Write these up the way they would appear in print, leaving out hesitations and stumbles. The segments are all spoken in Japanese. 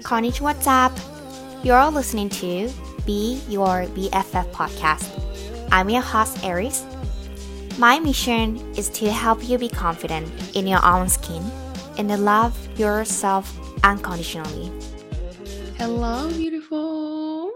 Konnichiwa, what's up? You're listening to Be Your BFF podcast. I'm your host, Aries. My mission is to help you be confident in your own skin and to love yourself unconditionally. Hello, beautiful!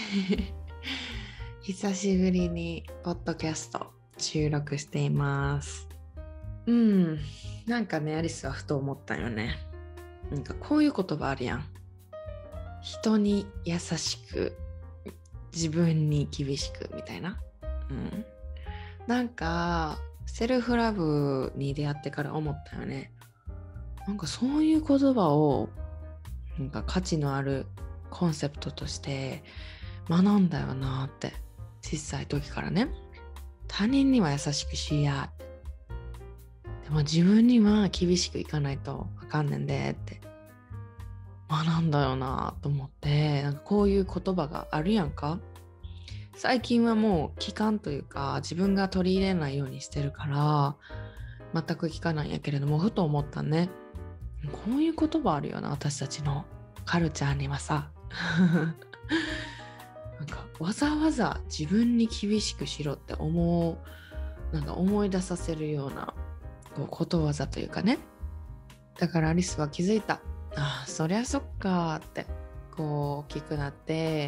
久しぶりにポッドキャスト収録しています。なんかね、アリスはふと思ったよね。なんかこういう言葉あるやん。人に優しく、自分に厳しくみたいな。なんかセルフラブに出会ってから思ったよね。なんかそういう言葉をなんか価値のあるコンセプトとして学んだよなって、小さい時からね。他人には優しくしや、でも自分には厳しくいかないとあかんねんでって学んだよなと思って、なんかこういう言葉があるやんか。最近はもう聞かんというか、自分が取り入れないようにしてるから全く聞かないんやけれども、ふと思ったね。こういう言葉あるよな、私たちのカルチャーにはさ。なんかわざわざ自分に厳しくしろってなんか思い出させるようなことわざというかね。だからアリスは気づいた。そりゃそっかってこう大きくなって、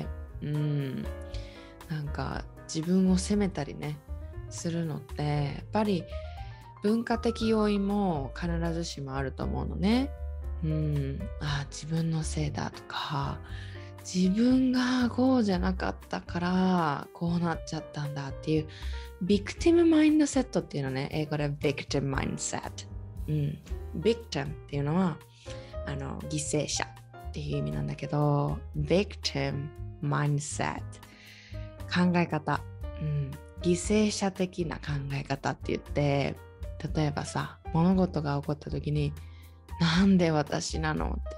なんか自分を責めたりねするのってやっぱり文化的要因も必ずしもあると思うのね。自分のせいだとか、自分がこうじゃなかったからこうなっちゃったんだっていうビクティムマインドセットっていうのね、英語でビクティムマインドセット。ビクティムっていうのは犠牲者っていう意味なんだけど、ビクティムマインドセット、考え方、犠牲者的な考え方って言って、例えばさ、物事が起こった時になんで私なのって、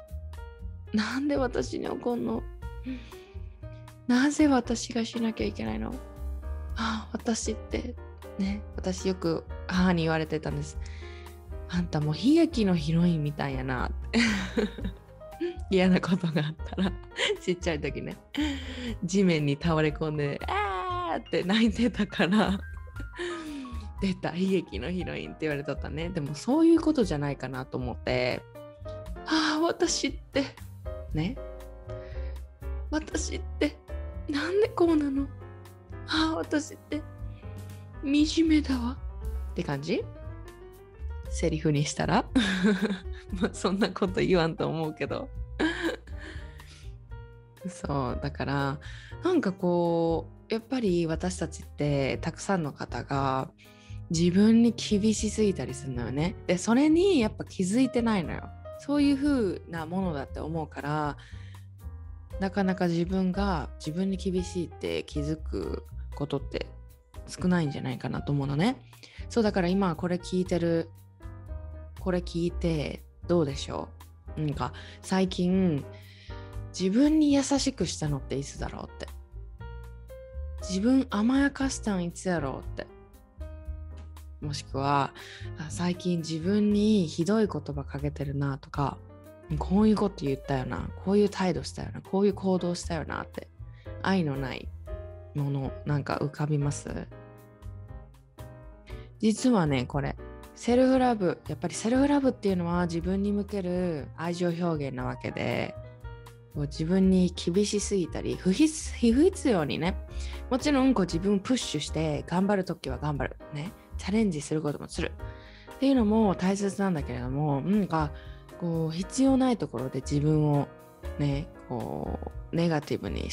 なんで私に起こんの、なぜ私がしなきゃいけないの、私ってね、私よく母に言われてたんです。あんたもう悲劇のヒロインみたいやなって嫌なことがあったらちっちゃい時ね、地面に倒れ込んでって泣いてたから出た悲劇のヒロインって言われとったね。でもそういうことじゃないかなと思って、私ってね、私ってなんでこうなの、私って惨めだわって感じ。セリフにしたらそんなこと言わんと思うけどそうだから、なんかこうやっぱり私たちってたくさんの方が自分に厳しすぎたりするのよね。でそれにやっぱ気づいてないのよ。そういう風なものだって思うから、なかなか自分が自分に厳しいって気づくことって少ないんじゃないかなと思うのね。そうだから今これ聞いてどうでしょう。なんか最近自分に優しくしたのっていつだろうって、自分甘やかしたんいつやろうって、もしくは最近自分にひどい言葉かけてるなとか、こういうこと言ったよな、こういう態度したよな、こういう行動したよなって、愛のないものなんか浮かびます？実はね、これセルフラブ、やっぱりセルフラブっていうのは自分に向ける愛情表現なわけで、自分に厳しすぎたり不必要にね、もちろん自分をプッシュして頑張るときは頑張るね、チャレンジすることもするっていうのも大切なんだけれども、なんか必要ないところで自分をねネガティブに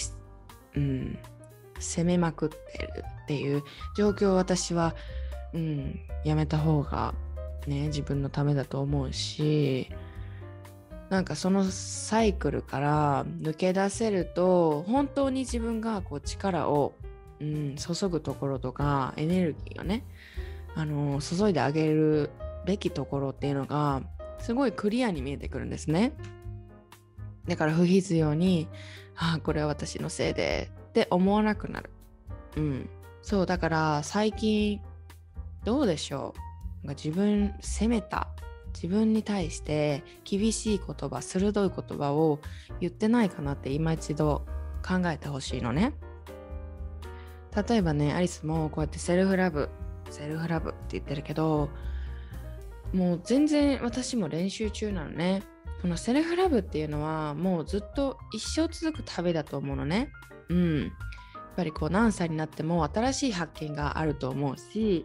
責めまくってるっていう状況を私はやめた方がね自分のためだと思うし、なんかそのサイクルから抜け出せると、本当に自分が力を、注ぐところとかエネルギーをね注いであげるべきところっていうのがすごいクリアに見えてくるんですね。だから不必要にこれは私のせいでって思わなくなる。そうだから最近どうでしょう、自分責めた自分に対して厳しい言葉、鋭い言葉を言ってないかなって今一度考えてほしいのね。例えばね、アリスもこうやってセルフラブって言ってるけど、もう全然私も練習中なのね。このセルフラブっていうのはもうずっと一生続く旅だと思うのね。やっぱりこう何歳になっても新しい発見があると思うし、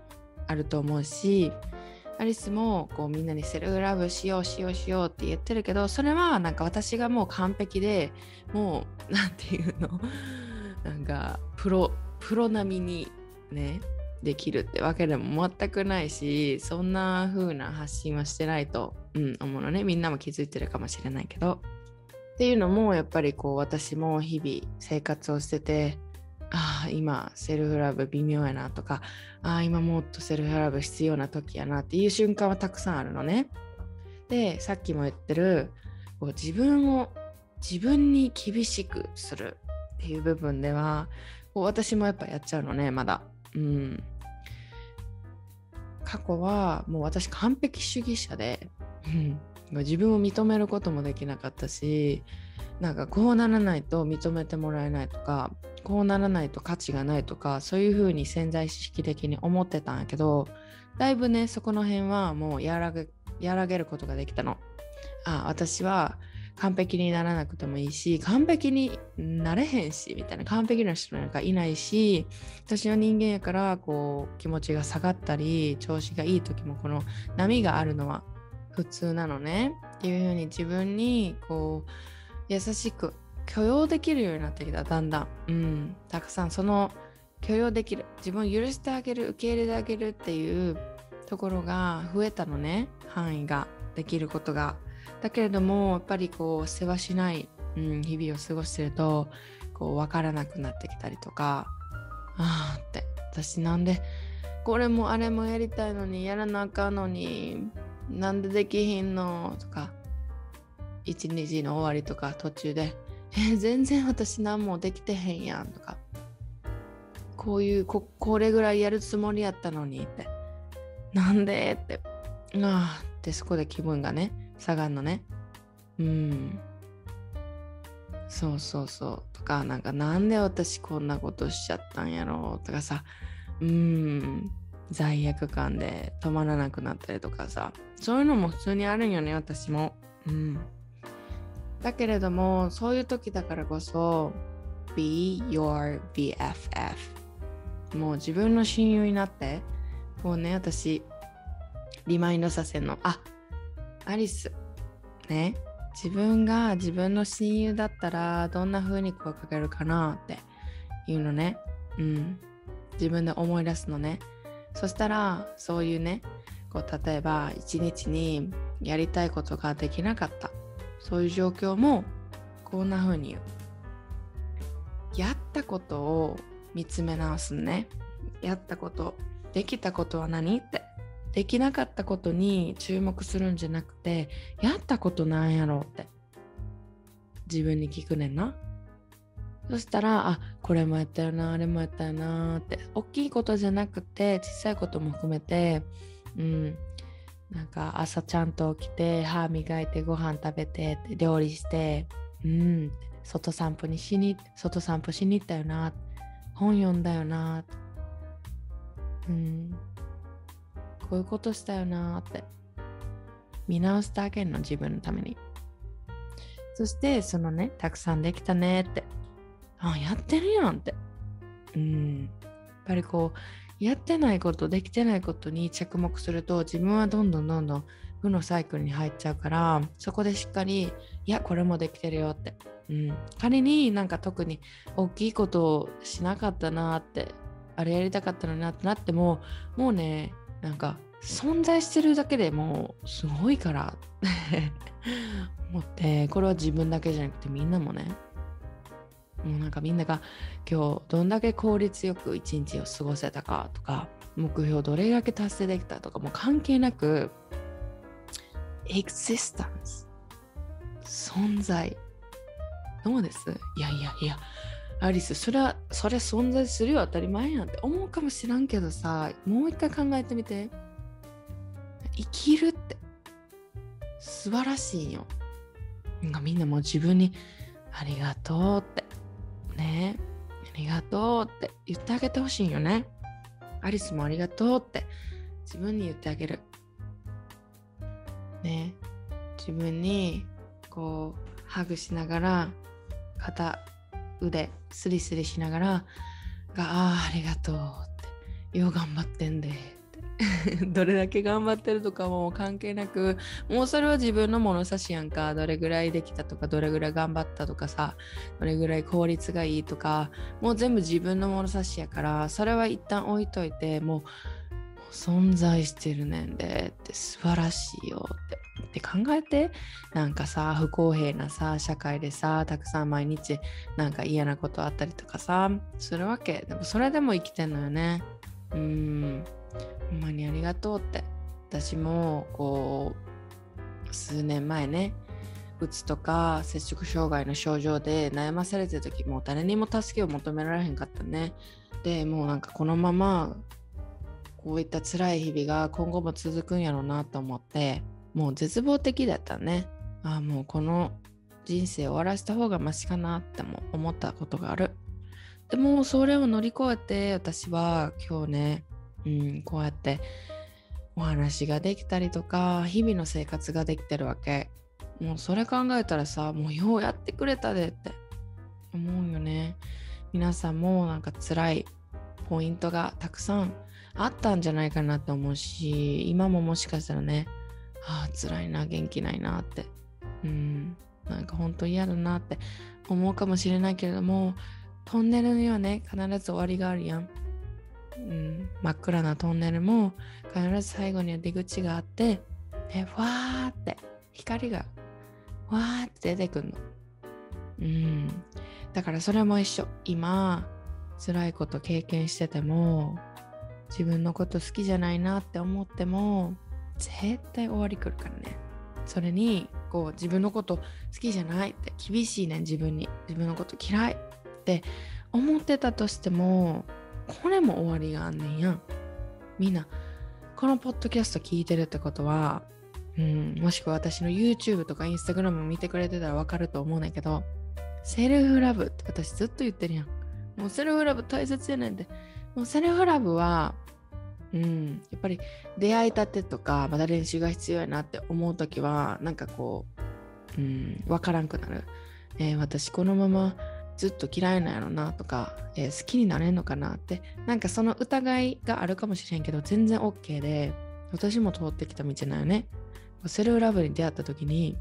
アリスもこうみんなにセルフラブしようって言ってるけど、それはなんか私がもう完璧で、もうなんていうのなんかプロ並みにねできるってわけでも全くないし、そんな風な発信はしてないと、思うのね。みんなも気づいてるかもしれないけど、っていうのもやっぱりこう私も日々生活をしてて、今セルフラブ微妙やなとか、今もっとセルフラブ必要な時やなっていう瞬間はたくさんあるのね。で、さっきも言ってるこう自分に厳しくするっていう部分ではこう私もやっぱやっちゃうのね、まだ。過去はもう私完璧主義者で、自分を認めることもできなかったし、なんかこうならないと認めてもらえないとか、こうならないと価値がないとか、そういう風に潜在意識的に思ってたんやけど、だいぶねそこの辺はもう和らげることができたの。私は完璧にならなくてもいいし、完璧になれへんしみたいな、完璧な人なんかいないし、私は人間やからこう気持ちが下がったり調子がいい時もこの波があるのは普通なのねっていう風に自分にこう優しく許容できるようになってきた。だんだんたくさんその許容できる、自分を許してあげる、受け入れてあげるっていうところが増えたのね、範囲ができることが。だけれどもやっぱりこう世話しない、日々を過ごしてるとこう分からなくなってきたりとか、って私なんでこれもあれもやりたいのにやらなあかんのになんでできひんのとか、一日の終わりとか途中で全然私何もできてへんやんとか、これぐらいやるつもりやったのにってなんでってでそこで気分がね下がるのね。そうとか、なんで私こんなことしちゃったんやろとかさ、罪悪感で止まらなくなったりとかさ、そういうのも普通にあるんよね、私も。だけれどもそういう時だからこそ Be your BFF、 もう自分の親友になって、こうね、私リマインドさせるの。アリスね、自分が自分の親友だったらどんな風に声かけるかなっていうのね。自分で思い出すのね。そしたらそういうね、こう例えば一日にやりたいことができなかった、そういう状況もこんな風に言う。やったことを見つめ直すね。やったこと、できたことは何って。できなかったことに注目するんじゃなくて、やったことなんやろうって自分に聞くねんな。そしたらこれもやったよな、あれもやったよなって、大きいことじゃなくて小さいことも含めて、なんか朝ちゃんと起きて歯磨いてご飯食べて料理して、外散歩しに行ったよな、本読んだよな、こういうことしたよなって見直してあげるの、自分のために。そしてそのね、たくさんできたねって、やってるやんって、やっぱりこうやってないこと、できてないことに着目すると自分はどんどん負のサイクルに入っちゃうから、そこでしっかりこれもできてるよって、仮になんか特に大きいことをしなかったなって、あれやりたかったのになってなっても、もうね、なんか存在してるだけでもうすごいから思って、これは自分だけじゃなくてみんなもね、もうなんかみんなが今日どんだけ効率よく一日を過ごせたかとか、目標どれだけ達成できたとかも関係なく、existence 存在、どうです？いやアリス、それ存在するよ、当たり前やんって思うかもしらんけどさ、もう一回考えてみて。生きるって素晴らしいんよ。なんかみんなもう自分にありがとうってね、ありがとうって言ってあげてほしいんよね。アリスもありがとうって自分に言ってあげるね。自分にこうハグしながら、肩腕スリスリしながらありがとうって、よう頑張ってんでってどれだけ頑張ってるとかも関係なく、もうそれは自分の物差しやんか。どれぐらいできたとか、どれぐらい頑張ったとかさ、どれぐらい効率がいいとか、もう全部自分の物差しやから、それは一旦置いといて、もう存在してるねんでって素晴らしいよって考えて。なんかさ、不公平なさ社会でさ、たくさん毎日なんか嫌なことあったりとかさするわけ。でもそれでも生きてんのよね。ほんまにありがとうって。私もこう数年前ね、うつとか摂食障害の症状で悩まされてる時、もう誰にも助けを求められへんかったね。でもうなんかこのままこういった辛い日々が今後も続くんやろうなと思って、もう絶望的だったね。もうこの人生終わらせた方がマシかなっても思ったことがある。でもそれを乗り越えて、私は今日ね、こうやってお話ができたりとか、日々の生活ができてるわけ。もうそれ考えたらさ、もうようやってくれたでって思うよね。皆さんもなんか辛いポイントがたくさんあったんじゃないかなと思うし、今ももしかしたらね、辛いな、元気ないなって、なんか本当嫌だなって思うかもしれないけれども、トンネルにはね、必ず終わりがあるやん。真っ暗なトンネルも必ず最後には出口があって、わーって光がわーって出てくるの。だからそれも一緒。今辛いこと経験してても、自分のこと好きじゃないなって思っても、絶対終わり来るからね。それにこう自分のこと好きじゃないって、厳しいね、自分に、自分のこと嫌いって思ってたとしても、これも終わりがあんねんやん。みんなこのポッドキャスト聞いてるってことは、もしくは私の YouTube とか Instagram 見てくれてたら分かると思うねんけど、セルフラブって私ずっと言ってるやん。もうセルフラブ大切やねんで。もうセルフラブはやっぱり出会いたてとか、まだ練習が必要やなって思うときは、なんかこう分からんくなる。私このままずっと嫌いなんやろなとか、好きになれんのかなって、なんかその疑いがあるかもしれんけど、全然 OK で、私も通ってきた道なんよね。セルフラブに出会った時に、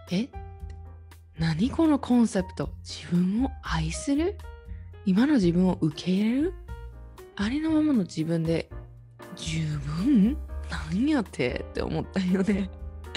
何このコンセプト、自分を愛する、今の自分を受け入れる、ありのままの自分で十分なんやって思ったよね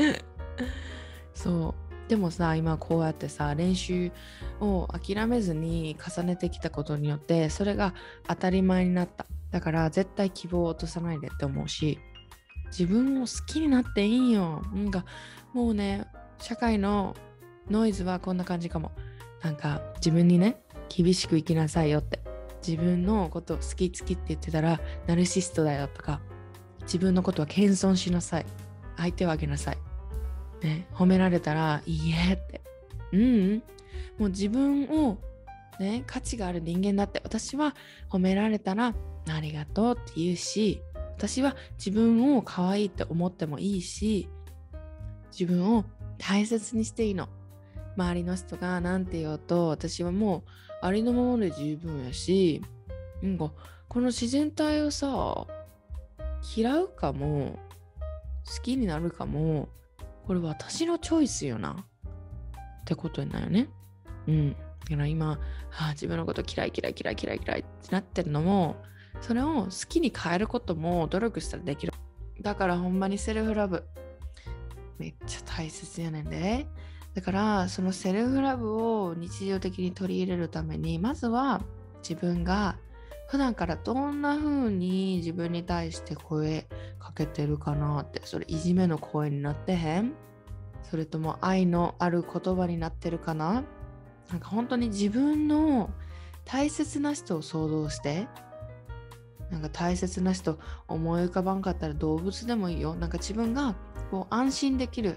そうでもさ、今こうやってさ、練習を諦めずに重ねてきたことによって、それが当たり前になった。だから絶対希望を落とさないでって思うし、自分を好きになっていいんよ。なんかもうね、社会のノイズはこんな感じかも。なんか自分にね、厳しく生きなさいよって、自分のこと好きって言ってたらナルシストだよとか、自分のことは謙遜しなさい、相手をあげなさい、褒められたらいいえって、もう自分をね、価値がある人間だって。私は褒められたらありがとうって言うし、私は自分を可愛いって思ってもいいし、自分を大切にしていいの。周りの人が何て言おうと、私はもうありのままで十分やし、この自然体をさ、嫌うかも好きになるかも、これ私のチョイスよなってことになるよね。だから今、自分のこと嫌いってなってるのも、それを好きに変えることも努力したらできる。だからほんまにセルフラブめっちゃ大切やねんで。だからそのセルフラブを日常的に取り入れるために、まずは自分が普段からどんな風に自分に対して声かけてるかなって。それいじめの声になってへん？それとも愛のある言葉になってるかな？なんか本当に自分の大切な人を想像して、なんか大切な人思い浮かばんかったら動物でもいいよ。なんか自分がこう安心できる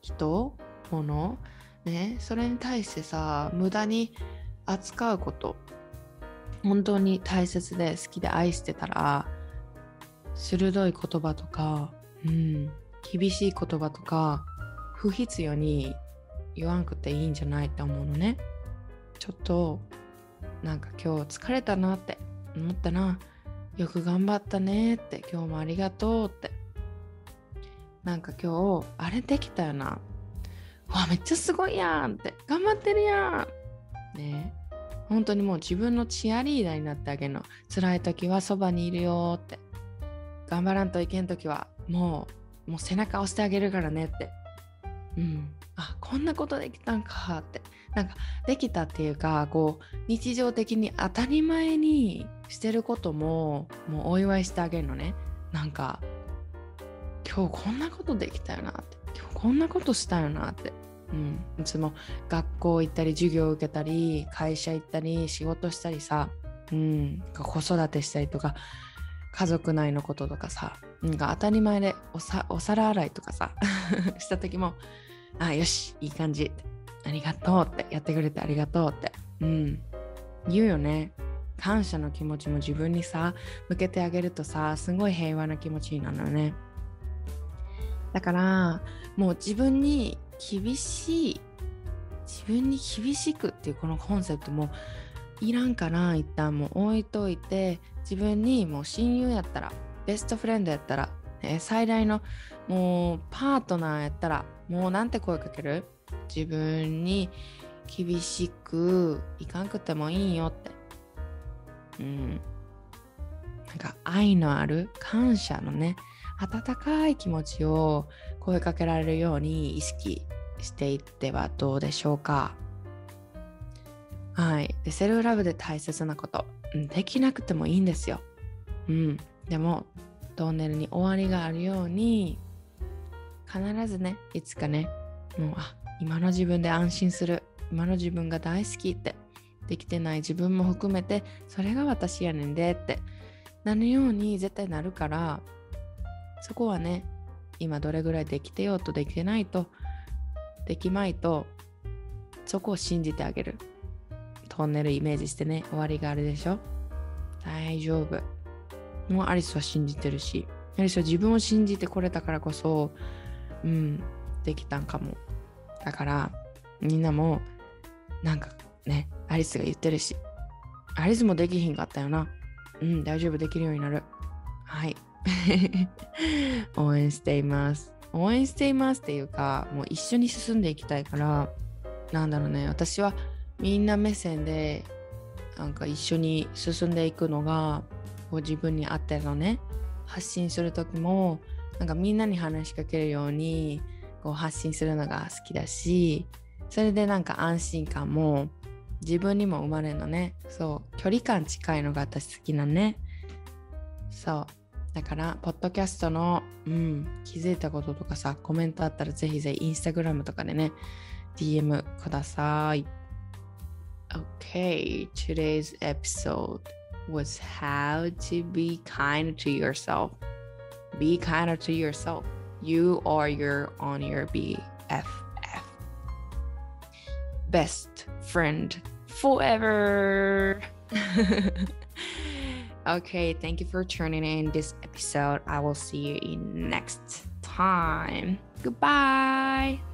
人、もの、ね、それに対してさ、無駄に扱うこと、本当に大切で好きで愛してたら、鋭い言葉とか、厳しい言葉とか、不必要に言わんくていいんじゃないって思うのね。ちょっと、なんか今日疲れたなって思ったな。よく頑張ったねって、今日もありがとうって。なんか今日、あれできたよな。わ、めっちゃすごいやんって、頑張ってるやん。ね、本当にもう自分のチアリーダーになってあげるの。辛い時はそばにいるよって。頑張らんといけん時はもう背中押してあげるからねって。あ、こんなことできたんかって。なんかできたっていうか、こう日常的に当たり前にしてることももうお祝いしてあげるのね。なんか今日こんなことできたよなって。今日こんなことしたよなって。いつも学校行ったり授業受けたり会社行ったり仕事したりさ、子育てしたりとか家族内のこととかさ、なんか当たり前でお皿洗いとかさした時も、あ、よし、いい感じ、ありがとうって、やってくれてありがとうって、言うよね。感謝の気持ちも自分にさ向けてあげるとさ、すごい平和な気持ちになるのよね。だからもう自分に厳しくっていうこのコンセプトもいらんから、一旦もう置いといて、自分にもう親友やったら、ベストフレンドやったら、最大のもうパートナーやったら、もうなんて声かける？自分に厳しくいかんくてもいいよって。なんか愛のある感謝のね、温かい気持ちを声かけられるように意識していってはどうでしょうか。はい。で、セルフラブで大切なこと、できなくてもいいんですよ。でもトンネルに終わりがあるように、必ずね、いつかね、もう今の自分で安心する、今の自分が大好きって、できてない自分も含めて、それが私やねんでってなるように絶対なるから、そこはね、今どれぐらいできてようとできてないとできまいと、そこを信じてあげる。トンネルイメージしてね、終わりがあるでしょ。大丈夫。もうアリスは信じてるし、アリスは自分を信じてこれたからこそ、できたんかも。だからみんなもなんかね、アリスが言ってるし、アリスもできひんかったよな。大丈夫、できるようになる。はい応援しています。応援していますっていうか、もう一緒に進んでいきたいから、なんだろうね、私はみんな目線でなんか一緒に進んでいくのがこう自分に合ってるのね。発信する時もなんかみんなに話しかけるようにこう発信するのが好きだし、それでなんか安心感も自分にも生まれるのね。そう、距離感近いのが私好きなね。そうだからポッドキャストの、気づいたこととかさ、コメントあったらぜひぜひインスタグラムとかでね DM ください。 Okay, today's episode was how to be kind to yourself. Be kinder to yourself. You are on your BFF, best friend forever. Okay, thank you for tuning in this episode. I will see you in next time. Goodbye.